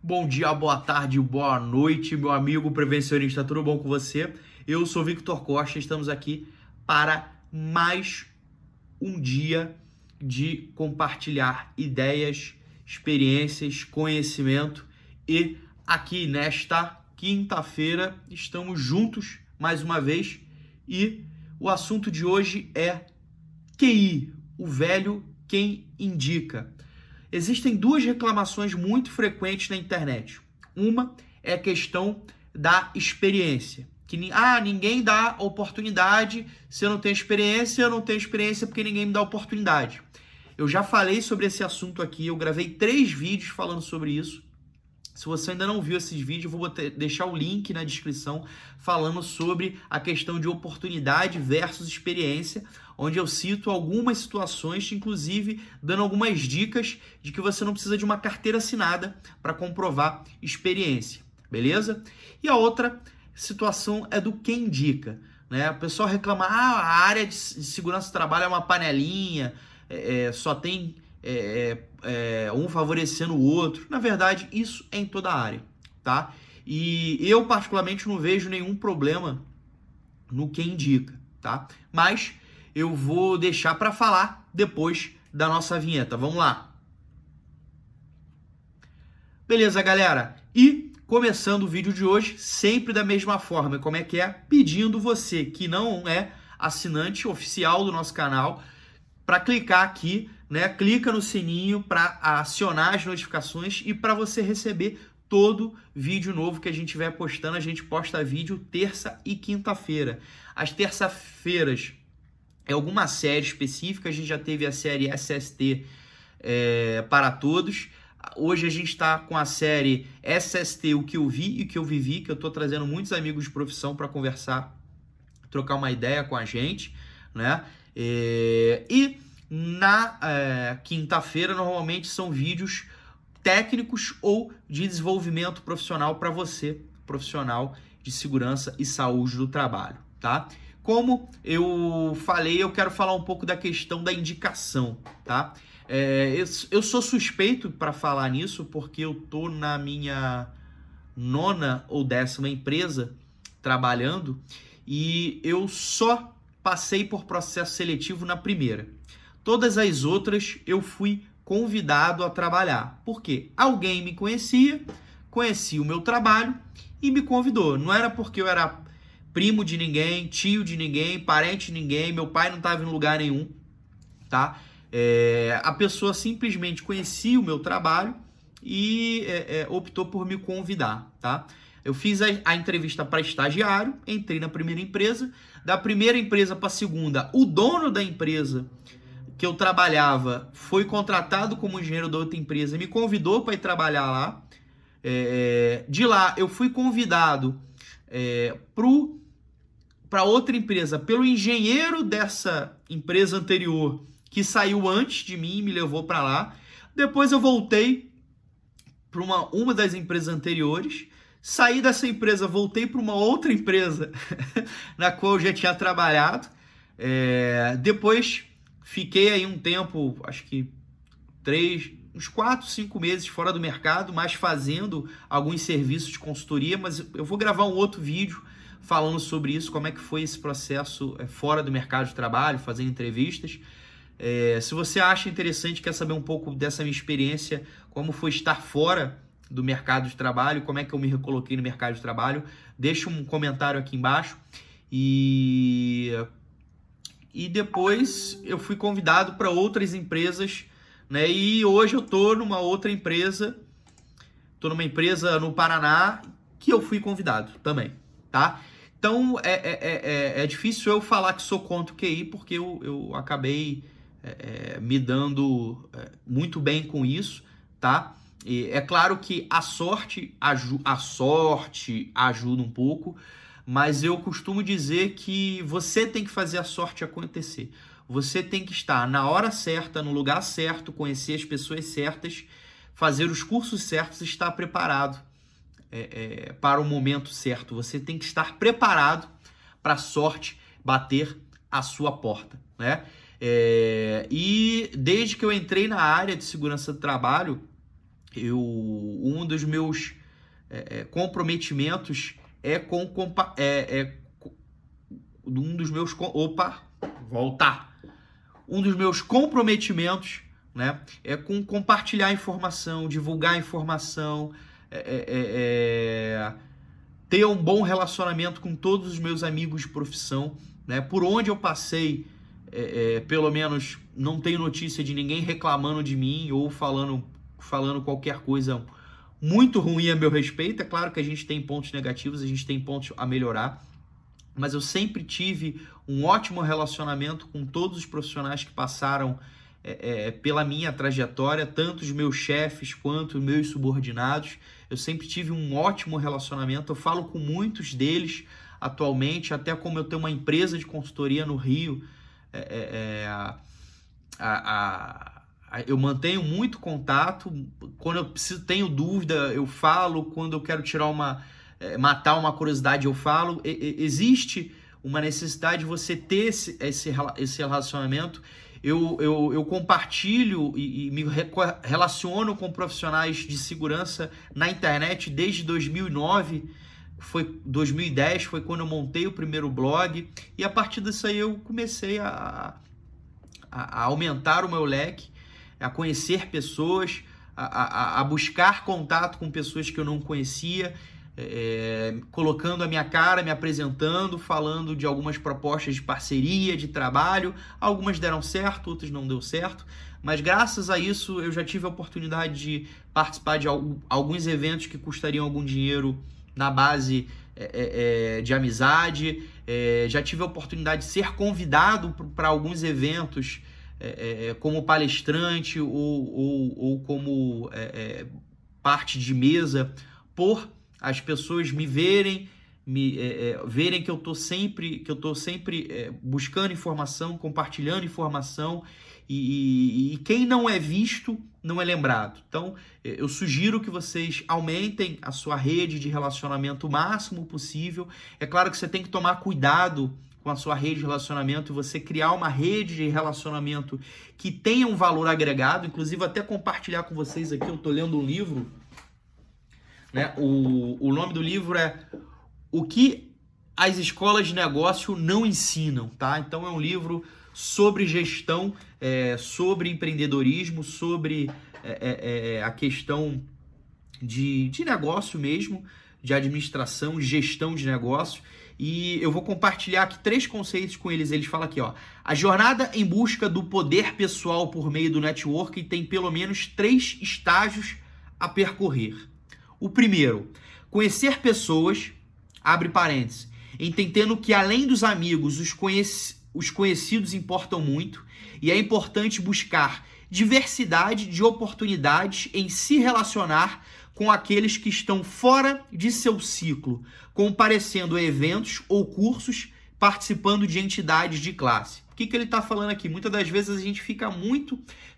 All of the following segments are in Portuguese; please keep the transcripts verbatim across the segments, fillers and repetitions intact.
Bom dia, boa tarde, boa noite, meu amigo prevencionista, tudo bom com você? Eu sou Victor Costa, estamos aqui para mais um dia de compartilhar ideias, experiências, conhecimento e aqui nesta quinta-feira estamos juntos mais uma vez e o assunto de hoje é Q I, o velho quem indica. Existem duas reclamações muito frequentes na internet. Uma é a questão da experiência. Que ah, ninguém dá oportunidade se eu não tenho experiência, eu não tenho experiência porque ninguém me dá oportunidade. Eu já falei sobre esse assunto aqui, eu gravei três vídeos falando sobre isso. Se você ainda não viu esses vídeos, eu vou deixar o link na descrição falando sobre a questão de oportunidade versus experiência, onde eu cito algumas situações, inclusive dando algumas dicas de que você não precisa de uma carteira assinada para comprovar experiência, beleza? E a outra situação é do quem indica, né? O pessoal reclama, ah, a área de segurança do trabalho é uma panelinha, é, só tem... É, é, um favorecendo o outro. Na verdade, isso é em toda a área, tá? E eu, particularmente, não vejo nenhum problema no que indica, tá? Mas eu vou deixar para falar depois da nossa vinheta. Vamos lá. Beleza, galera? E começando o vídeo de hoje, sempre da mesma forma. Como é que é? Pedindo você que não é assinante oficial do nosso canal para clicar aqui, né? Clica no sininho para acionar as notificações e para você receber todo vídeo novo que a gente vai postando. A gente posta vídeo terça e quinta-feira. As terça-feiras é alguma série específica. A gente já teve a série S S T é, para todos. Hoje a gente está com a série S S T, o que eu vi e o que eu vivi, que eu estou trazendo muitos amigos de profissão para conversar, trocar uma ideia com a gente, né? É, e na é, quinta-feira normalmente são vídeos técnicos ou de desenvolvimento profissional para você, profissional de segurança e saúde do trabalho, tá? Como eu falei, eu quero falar um pouco da questão da indicação, tá? É, eu, eu sou suspeito para falar nisso porque eu tô na minha nona ou décima empresa trabalhando e eu só passei por processo seletivo na primeira. Todas as outras eu fui convidado a trabalhar. Por quê? Alguém me conhecia, conhecia o meu trabalho e me convidou. Não era porque eu era primo de ninguém, tio de ninguém, parente de ninguém, meu pai não estava em lugar nenhum, tá? É, a pessoa simplesmente conhecia o meu trabalho e é, é, optou por me convidar, tá? Eu fiz a, a entrevista para estagiário, entrei na primeira empresa, da primeira empresa para a segunda, o dono da empresa que eu trabalhava foi contratado como engenheiro da outra empresa, me convidou para ir trabalhar lá. É, de lá eu fui convidado é, para outra empresa pelo engenheiro dessa empresa anterior, que saiu antes de mim e me levou para lá. Depois eu voltei para uma, uma das empresas anteriores, saí dessa empresa, voltei para uma outra empresa na qual eu já tinha trabalhado. É, depois fiquei aí um tempo, acho que três, uns quatro, cinco meses fora do mercado, mas fazendo alguns serviços de consultoria, mas eu vou gravar um outro vídeo falando sobre isso, como é que foi esse processo fora do mercado de trabalho, fazendo entrevistas. É, se você acha interessante, quer saber um pouco dessa minha experiência, como foi estar fora do mercado de trabalho, como é que eu me recoloquei no mercado de trabalho, deixa um comentário aqui embaixo. E, e depois eu fui convidado para outras empresas, né? E hoje eu estou numa outra empresa, estou numa empresa no Paraná que eu fui convidado também, tá? Então é, é, é, é difícil eu falar que sou contra o Q I, porque eu, eu acabei é, me dando muito bem com isso, tá? E é claro que a sorte, a sorte ajuda um pouco, mas eu costumo dizer que você tem que fazer a sorte acontecer. Você tem que estar na hora certa, no lugar certo, conhecer as pessoas certas, fazer os cursos certos, estar preparado é, é, para o momento certo. Você tem que estar preparado para a sorte bater a sua porta, né? É, e desde que eu entrei na área de segurança do trabalho, eu, um dos meus é, comprometimentos é com... Compa é, é, um dos meus... Opa! Voltar! Um dos meus comprometimentos, né, é com compartilhar informação, divulgar informação, é, é, é, ter um bom relacionamento com todos os meus amigos de profissão, né? Por onde eu passei, é, é, pelo menos não tenho notícia de ninguém reclamando de mim ou falando, falando qualquer coisa muito ruim a meu respeito. É claro que a gente tem pontos negativos, a gente tem pontos a melhorar, mas eu sempre tive um ótimo relacionamento com todos os profissionais que passaram é, é, pela minha trajetória, tanto os meus chefes quanto os meus subordinados. Eu sempre tive um ótimo relacionamento, eu falo com muitos deles atualmente, até como eu tenho uma empresa de consultoria no Rio, é, é, a, a, a, eu mantenho muito contato. Quando eu preciso, tenho dúvida, eu falo. Quando eu quero tirar uma, é, matar uma curiosidade, eu falo. E, e, existe uma necessidade de você ter esse, esse, esse relacionamento. Eu, eu, eu compartilho e, e me relaciono com profissionais de segurança na internet desde dois mil e nove, foi dois mil e dez, foi quando eu montei o primeiro blog, e a partir disso aí eu comecei a, a, a aumentar o meu leque, a conhecer pessoas, a, a, a buscar contato com pessoas que eu não conhecia, É, colocando a minha cara, me apresentando, falando de algumas propostas de parceria, de trabalho. Algumas deram certo, outras não deu certo, mas graças a isso eu já tive a oportunidade de participar de alguns eventos que custariam algum dinheiro na base é, é, de amizade. É, já tive a oportunidade de ser convidado para alguns eventos é, é, como palestrante ou, ou, ou como é, é, parte de mesa, por as pessoas me verem, me é, é, verem que eu estou sempre, que eu tô sempre é, buscando informação, compartilhando informação, e, e, e quem não é visto não é lembrado. Então, eu sugiro que vocês aumentem a sua rede de relacionamento o máximo possível. É claro que você tem que tomar cuidado com a sua rede de relacionamento, e você criar uma rede de relacionamento que tenha um valor agregado. Inclusive, até compartilhar com vocês aqui, eu estou lendo um livro, né? O, o nome do livro é O que as escolas de negócio não ensinam, tá? Então é um livro sobre gestão, é, sobre empreendedorismo, sobre é, é, a questão de, de negócio mesmo, de administração, gestão de negócio. E eu vou compartilhar aqui três conceitos com eles. Eles falam aqui, ó: a jornada em busca do poder pessoal por meio do networking tem pelo menos três estágios a percorrer. O primeiro, conhecer pessoas, abre parênteses, entendendo que além dos amigos, os, conhec- os conhecidos importam muito, e é importante buscar diversidade de oportunidades em se relacionar com aqueles que estão fora de seu ciclo, comparecendo a eventos ou cursos, participando de entidades de classe. O que, que ele está falando aqui? Muitas das vezes a gente fica muito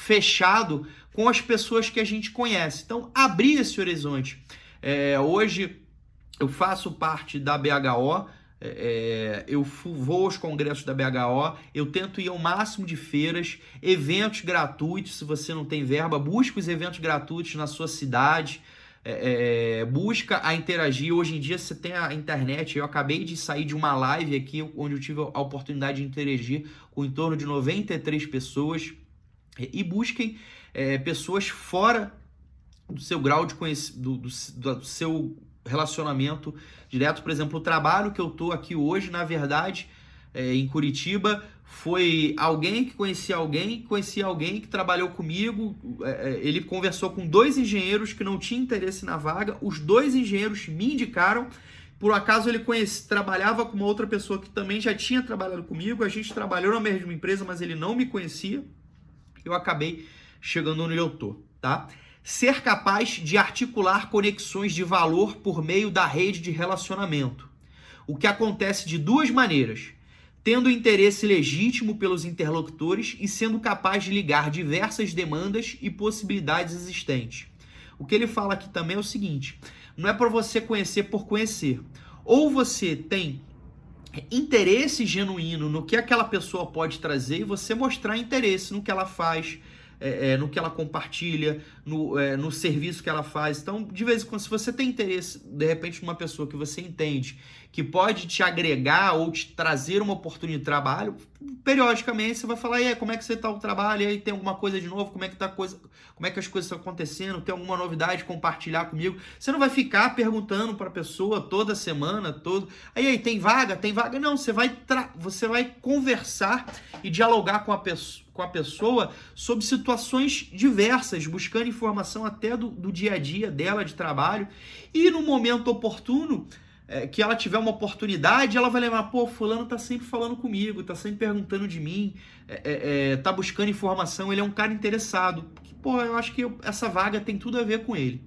fechado com as pessoas que a gente conhece. Então, abrir esse horizonte. É, hoje eu faço parte da B H O, é, eu vou aos congressos da B H O, eu tento ir ao máximo de feiras, eventos gratuitos. Se você não tem verba, busque os eventos gratuitos na sua cidade. É, é, busca a interagir. Hoje em dia você tem a internet. Eu acabei de sair de uma live aqui onde eu tive a oportunidade de interagir com em torno de noventa e três pessoas. E busquem é, pessoas fora do seu grau de conhecimento, do, do, do seu relacionamento direto. Por exemplo, o trabalho que eu estou aqui hoje, na verdade, é, em Curitiba, foi alguém que conhecia alguém, que conhecia alguém que trabalhou comigo. É, ele conversou com dois engenheiros que não tinham interesse na vaga. Os dois engenheiros me indicaram. Por acaso ele conhece, trabalhava com uma outra pessoa que também já tinha trabalhado comigo. A gente trabalhou na mesma empresa, mas ele não me conhecia. Eu acabei chegando onde eu tô, tá? Ser capaz de articular conexões de valor por meio da rede de relacionamento. O que acontece de duas maneiras: tendo interesse legítimo pelos interlocutores e sendo capaz de ligar diversas demandas e possibilidades existentes. O que ele fala aqui também é o seguinte: não é para você conhecer por conhecer. Ou você tem interesse genuíno no que aquela pessoa pode trazer e você mostrar interesse no que ela faz, é, é, no que ela compartilha, no, é, no serviço que ela faz. Então, de vez em quando, se você tem interesse, de repente, numa pessoa que você entende que pode te agregar ou te trazer uma oportunidade de trabalho, periodicamente você vai falar, e aí, como é que você está o trabalho? E aí, tem alguma coisa de novo? Como é que tá coisa, como é que as coisas estão acontecendo? Tem alguma novidade? Compartilhar comigo. Você não vai ficar perguntando para a pessoa toda semana, todo. Aí, aí, tem vaga? Tem vaga? Não, você vai, tra... você vai conversar e dialogar com a pessoa, com a pessoa sobre situações diversas, buscando informação até do, do dia a dia dela de trabalho. E no momento oportuno, É, que ela tiver uma oportunidade, ela vai lembrar, pô, fulano tá sempre falando comigo, tá sempre perguntando de mim, é, é, tá buscando informação, ele é um cara interessado. Pô, eu acho que eu, essa vaga tem tudo a ver com ele,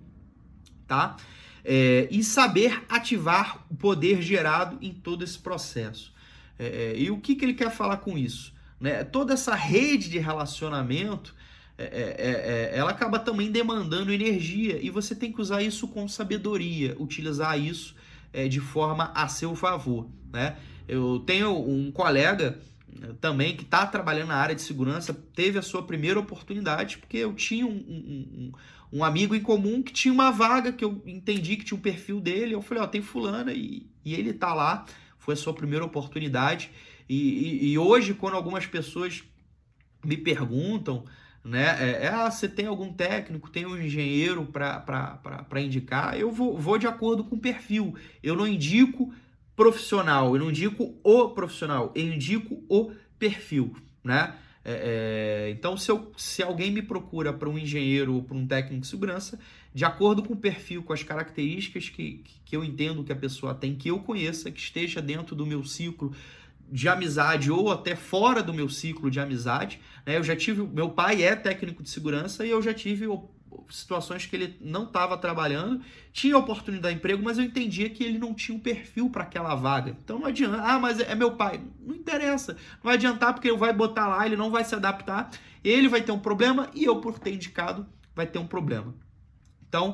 tá? É, e saber ativar o poder gerado em todo esse processo. É, e o que, que ele quer falar com isso? Né? Toda essa rede de relacionamento, é, é, é, ela acaba também demandando energia, e você tem que usar isso com sabedoria, utilizar isso É, de forma a seu favor, né? Eu tenho um colega também que está trabalhando na área de segurança, teve a sua primeira oportunidade porque eu tinha um, um, um amigo em comum que tinha uma vaga que eu entendi que tinha um perfil dele, eu falei, ó, tem fulana e, e ele tá lá, foi a sua primeira oportunidade e, e, e hoje quando algumas pessoas me perguntam, né, é, ah, você tem algum técnico, tem um engenheiro para indicar, eu vou, vou de acordo com o perfil, eu não indico profissional, eu não indico o profissional, eu indico o perfil, né, é, é, então se, eu, se alguém me procura para um engenheiro ou para um técnico de segurança, de acordo com o perfil, com as características que, que eu entendo que a pessoa tem, que eu conheça, que esteja dentro do meu ciclo de amizade ou até fora do meu ciclo de amizade, né? Eu já tive, meu pai é técnico de segurança e eu já tive situações que ele não estava trabalhando, tinha oportunidade de emprego, mas eu entendia que ele não tinha um perfil para aquela vaga. Então não adianta, ah, mas é meu pai. Não interessa, não vai adiantar porque ele vai botar lá, ele não vai se adaptar, ele vai ter um problema e eu, por ter indicado, vai ter um problema. Então,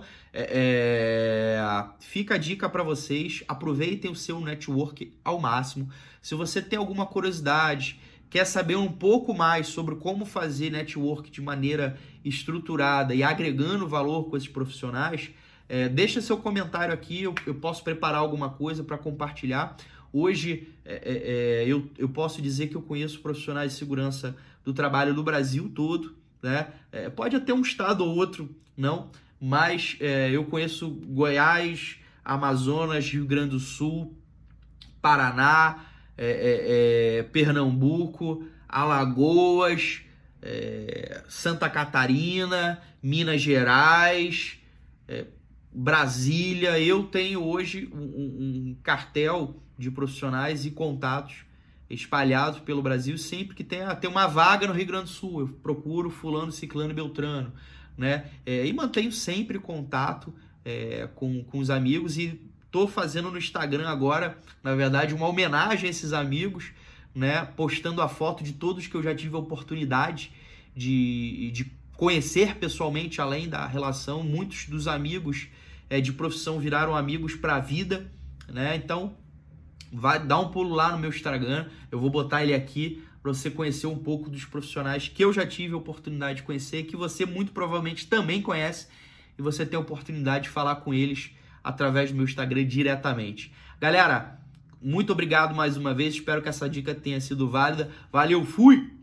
é, é, fica a dica para vocês, aproveitem o seu network ao máximo. Se você tem alguma curiosidade, quer saber um pouco mais sobre como fazer network de maneira estruturada e agregando valor com esses profissionais, é, deixa seu comentário aqui, eu, eu posso preparar alguma coisa para compartilhar. Hoje, é, é, eu, eu posso dizer que eu conheço profissionais de segurança do trabalho no Brasil todo, né? É, pode até um estado ou outro, não, mas é, eu conheço Goiás, Amazonas, Rio Grande do Sul, Paraná, é, é, é, Pernambuco, Alagoas, é, Santa Catarina, Minas Gerais, é, Brasília. Eu tenho hoje um, um cartel de profissionais e contatos espalhados pelo Brasil. Sempre que tem, ah, tem uma vaga no Rio Grande do Sul, eu procuro fulano, ciclano e beltrano, né? É, e mantenho sempre contato é, com, com os amigos e estou fazendo no Instagram agora, na verdade, uma homenagem a esses amigos, né? Postando a foto de todos que eu já tive a oportunidade de, de conhecer pessoalmente, além da relação. Muitos dos amigos é, de profissão viraram amigos para a vida, né? Então, vai dar um pulo lá no meu Instagram, eu vou botar ele aqui para você conhecer um pouco dos profissionais que eu já tive a oportunidade de conhecer, que você muito provavelmente também conhece, e você tem a oportunidade de falar com eles através do meu Instagram diretamente. Galera, muito obrigado mais uma vez, espero que essa dica tenha sido válida. Valeu, fui!